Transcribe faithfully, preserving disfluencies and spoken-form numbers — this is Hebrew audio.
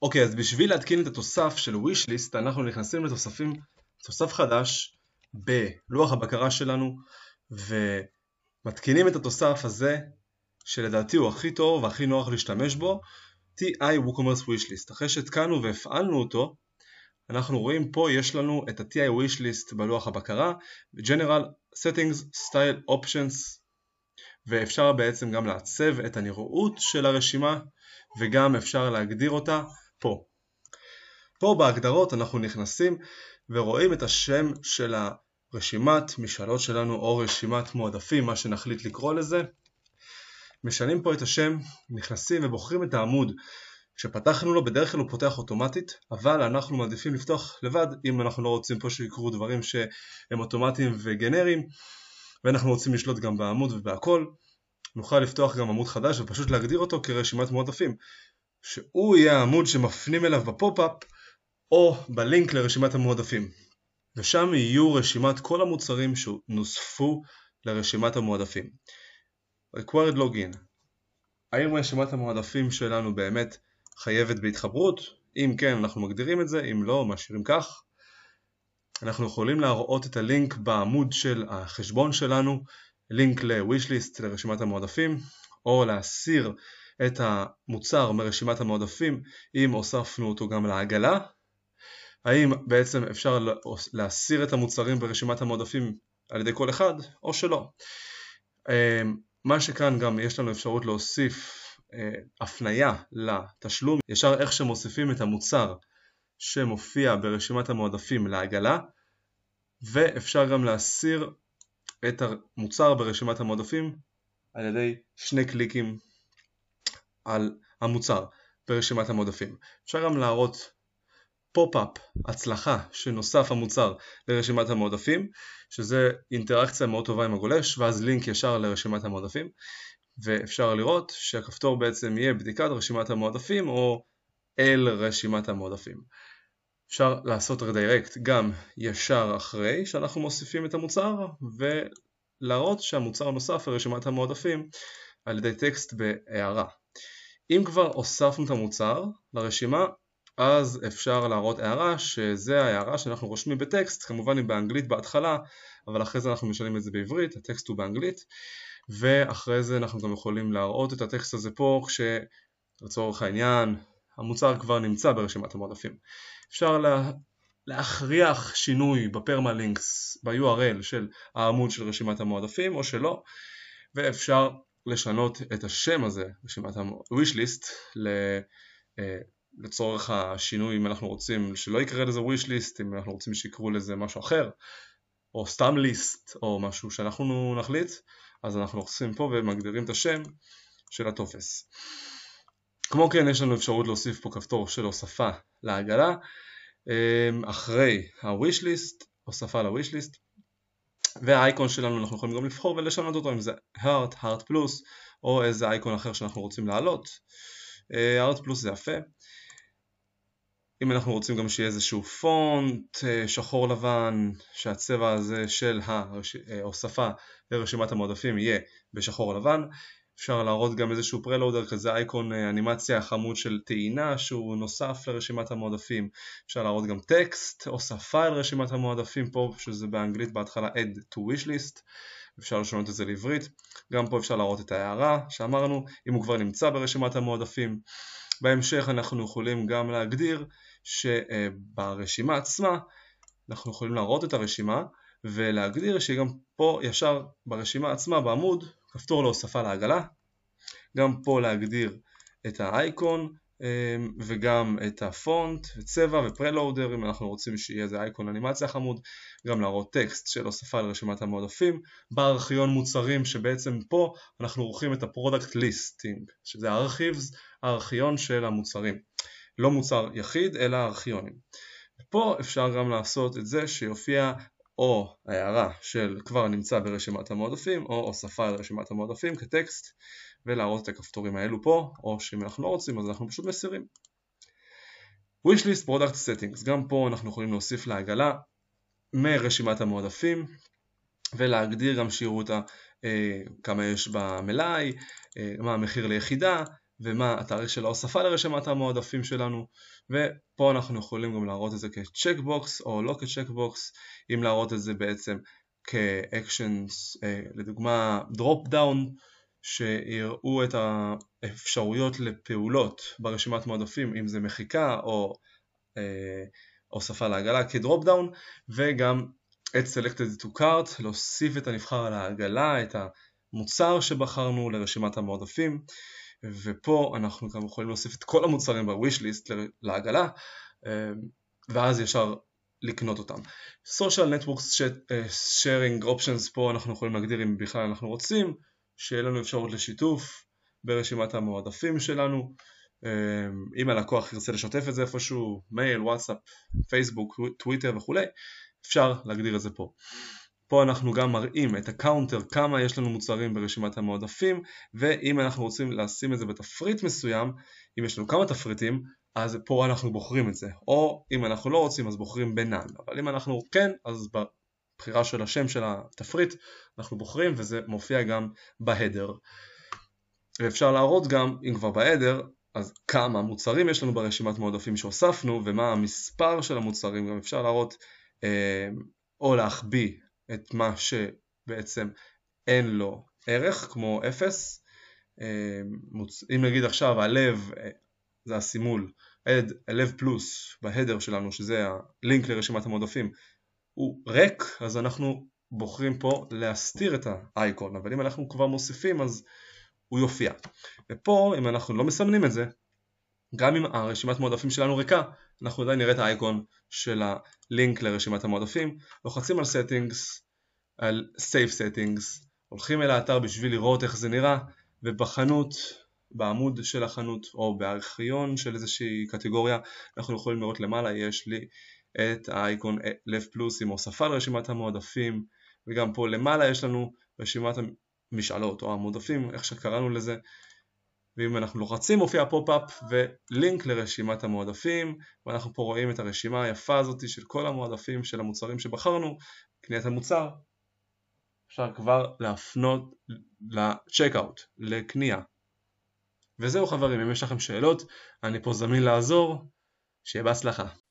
אוקיי, אז בשביל להתקין את התוסף של wishlist, אנחנו נכנסים לתוספים, תוסף חדש בלוח הבקרה שלנו, ומתקינים את התוסף הזה, שלדעתי הוא הכי טוב והכי נוח להשתמש בו, טי איי WooCommerce Wishlist. אחרי שהתקנו והפעלנו אותו, אנחנו רואים פה יש לנו את ה-טי איי Wishlist בלוח הבקרה, General Settings, Style Options, ואפשר בעצם גם לעצב את הנראות של הרשימה, וגם אפשר להגדיר אותה פה. פה בהגדרות אנחנו נכנסים ורואים את השם של הרשימת משאלות שלנו, או רשימת מועדפים, מה שנחליט לקרוא לזה. משנים פה את השם, נכנסים ובוחרים את העמוד. כשפתחנו לו, בדרך כלל הוא פותח אוטומטית, אבל אנחנו מעדיפים לפתוח לבד, אם אנחנו לא רוצים פה שיקרו דברים שהם אוטומטיים וגנריים, ואנחנו רוצים לשלוט גם בעמוד ובהכל. נוכל לפתוח גם עמוד חדש ופשוט להגדיר אותו כרשימת מועדפים, שהוא יהיה העמוד שמפנים אליו בפופ-אפ או בלינק לרשימת המועדפים, ושם יהיו רשימת כל המוצרים שנוספו לרשימת המועדפים. Required Login. האם רשימת המועדפים שלנו באמת חייבת בהתחברות? אם כן, אנחנו מגדירים את זה, אם לא, משאירים כך. אנחנו יכולים להראות את הלינק בעמוד של החשבון שלנו, לינק ל-Wishlist לרשימת המועדפים, או להסיר את המוצר מרשימת המועדפים אם הוספנו אותו גם לעגלה. האם בעצם אפשר להסיר את המוצרים ברשימת המועדפים על ידי כל אחד או שלא. מה שכאן גם יש לנו אפשרות להוסיף הפניה לתשלום, ישר איך שמוסיפים את המוצר שמופיע ברשימת המועדפים לעגלה, ואפשר גם להסיר את המוצר ברשימת המועדפים על ידי שני קליקים על המוצר ברשימת המועדפים. אפשר גם להראות פופ-אפ הצלחה שנוסף המוצר לרשימת המועדפים, שזה אינטראקציה מאוד טובה עם הגולש, ואז לינק ישר לרשימת המועדפים, ואפשר לראות שהכפתור בעצם יהיה בדיקת רשימת המועדפים או אל רשימת המועדפים. אפשר לעשות רדיירקט גם ישר אחרי שאנחנו מוסיפים את המוצר, ולהראות שהמוצר נוסף לרשימת המועדפים על ידי טקסט בהערה. אם כבר הוספנו את המוצר לרשימה, אז אפשר להראות הערה, שזה ההערה שאנחנו רושמים בטקסט, כמובן היא באנגלית בהתחלה, אבל אחרי זה אנחנו משנים את זה בעברית, הטקסט הוא באנגלית, ואחרי זה אנחנו גם יכולים להראות את הטקסט הזה פה, כשלצורך העניין המוצר כבר נמצא ברשימת המועדפים. אפשר לה... להכריח שינוי בפרמלינקס, ב-יו אר אל של העמוד של רשימת המועדפים או שלא, ואפשר לשנות את השם הזה, רשימת ה-Wishlist, לצורך השינוי אם אנחנו רוצים שלא יקרא לזה Wishlist, אם אנחנו רוצים שיקראו לזה משהו אחר, או סתם ליסט, או משהו שאנחנו נחליט, אז אנחנו עושים פה ומגדירים את השם של הטופס. כמו כן, יש לנו אפשרות להוסיף פה כפתור של הוספה לעגלה, אחרי ה-Wishlist, הוספה ל-Wishlist, והאייקון שלנו אנחנו יכולים גם לבחור ולשנות אותו, אם זה Heart, Heart Plus, או איזה אייקון אחר שאנחנו רוצים להעלות. Heart Plus זה יפה. אם אנחנו רוצים גם שיהיה איזשהו פונט שחור לבן, שהצבע הזה של ההוספה לרשימת המועדפים יהיה בשחור לבן. אפשר להראות גם איזשהו פרלואודר, כזה אייקון אנימציה חמוד של טעינה שהוא נוסף לרשימת המועדפים. אפשר להראות גם טקסט, הוספה על רשימת המועדפים פה, שזה באנגלית בהתחלה add to wishlist. אפשר לשנות את זה לעברית. גם פה אפשר להראות את ההערה שאמרנו, אם הוא כבר נמצא ברשימת המועדפים. בהמשך אנחנו יכולים גם להגדיר שברשימה עצמה, אנחנו יכולים להראות את הרשימה, ולהגדיר שגם פה ישר ברשימה עצמה בעמוד, כפתור להוספה לעגלה, גם פה להגדיר את האייקון וגם את הפונט וצבע ופרלואודר, אם אנחנו רוצים שיהיה איזה אייקון אנימציה חמוד, גם להראות טקסט של הוספה לרשימת המועדפים, בארכיון מוצרים שבעצם פה אנחנו עורכים את הפרודקט ליסטינג, שזה הארכיבס, הארכיון של המוצרים, לא מוצר יחיד אלא ארכיונים. פה אפשר גם לעשות את זה שיופיע או הערה של כבר נמצא ברשימת המועדפים, או הוספה לרשימת המועדפים כטקסט, ולהראות את הכפתורים האלו פה, או שאם אנחנו לא רוצים אז אנחנו פשוט מסירים. Wishlist Product Settings, גם פה אנחנו יכולים להוסיף לעגלה מרשימת המועדפים, ולהגדיר גם שיראו אותה כמה יש במלאי, מה המחיר ליחידה, ומה התאריך של ההוספה לרשימת המועדפים שלנו, ופה אנחנו יכולים גם להראות את זה כצ'קבוקס או לא כצ'קבוקס, אם להראות את זה בעצם כאקשנס, לדוגמה דרופ דאון, שיראו את האפשרויות לפעולות ברשימת מועדפים, אם זה מחיקה או אה, הוספה לעגלה כדרופ דאון, וגם את selected to cart, להוסיף את הנבחר על העגלה, את המוצר שבחרנו לרשימת המועדפים, ופה אנחנו גם יכולים להוסיף את כל המוצרים ב-wish list לעגלה, ואז ישר לקנות אותם. social networks sharing options, פה אנחנו יכולים להגדיר אם בכלל אנחנו רוצים, שיהיה לנו אפשרות לשיתוף ברשימת המועדפים שלנו, אם הלקוח ירצה לשתף את זה איפשהו, מייל, וואטסאפ, פייסבוק, טוויטר וכו', אפשר להגדיר את זה פה. פה אנחנו גם מראים את הקאונטר, כמה יש לנו מוצרים ברשימת המועדפים, ואם אנחנו רוצים לשים את זה בתפריט מסוים, אם יש לנו כמה תפריטים, אז פה אנחנו בוחרים את זה, או אם אנחנו לא רוצים אז בוחרים בינן, אבל אם אנחנו כן, אז בבחירה של השם של התפריט אנחנו בוחרים, וזה מופיע גם בהדר. ואפשר להראות גם, אם כבר בהדר, אז כמה מוצרים יש לנו ברשימת מועדפים שהוספנו, ומה המספר של המוצרים, גם אפשר להראות אה, או להחביא את מה שבעצם אין לו ערך, כמו אפס. אה, מוצ... אם נגיד עכשיו הלב, אה, זה הסימול, הלב פלוס בהדר שלנו, שזה הלינק לרשימת המועדפים, הוא ריק, אז אנחנו בוחרים פה להסתיר את האייקון, אבל אם אנחנו כבר מוסיפים אז הוא יופיע. ופה אם אנחנו לא מסמנים את זה, גם אם הרשימת מועדפים שלנו ריקה, אנחנו עדיין נראה את האייקון של הלינק לרשימת המועדפים, לוחצים על settings, על save settings, הולכים אל האתר בשביל לראות איך זה נראה, ובחנות, בעמוד של החנות או בארכיון של איזושהי קטגוריה, אנחנו יכולים לראות למעלה, יש לי את האייקון לב פלוס עם הוספה לרשימת המועדפים, וגם פה למעלה יש לנו רשימת המשאלות או המועדפים, איך שקראנו לזה, ואם אנחנו לוחצים מופיע פופ-אפ ולינק לרשימת המועדפים, ואנחנו פה רואים את הרשימה היפה הזאת של כל המועדפים של המוצרים שבחרנו, קניית המוצר, אפשר כבר להפנות לצ'קאוט, לקנייה. וזהו חברים, אם יש לכם שאלות, אני פה זמין לעזור, שיהיה בהצלחה.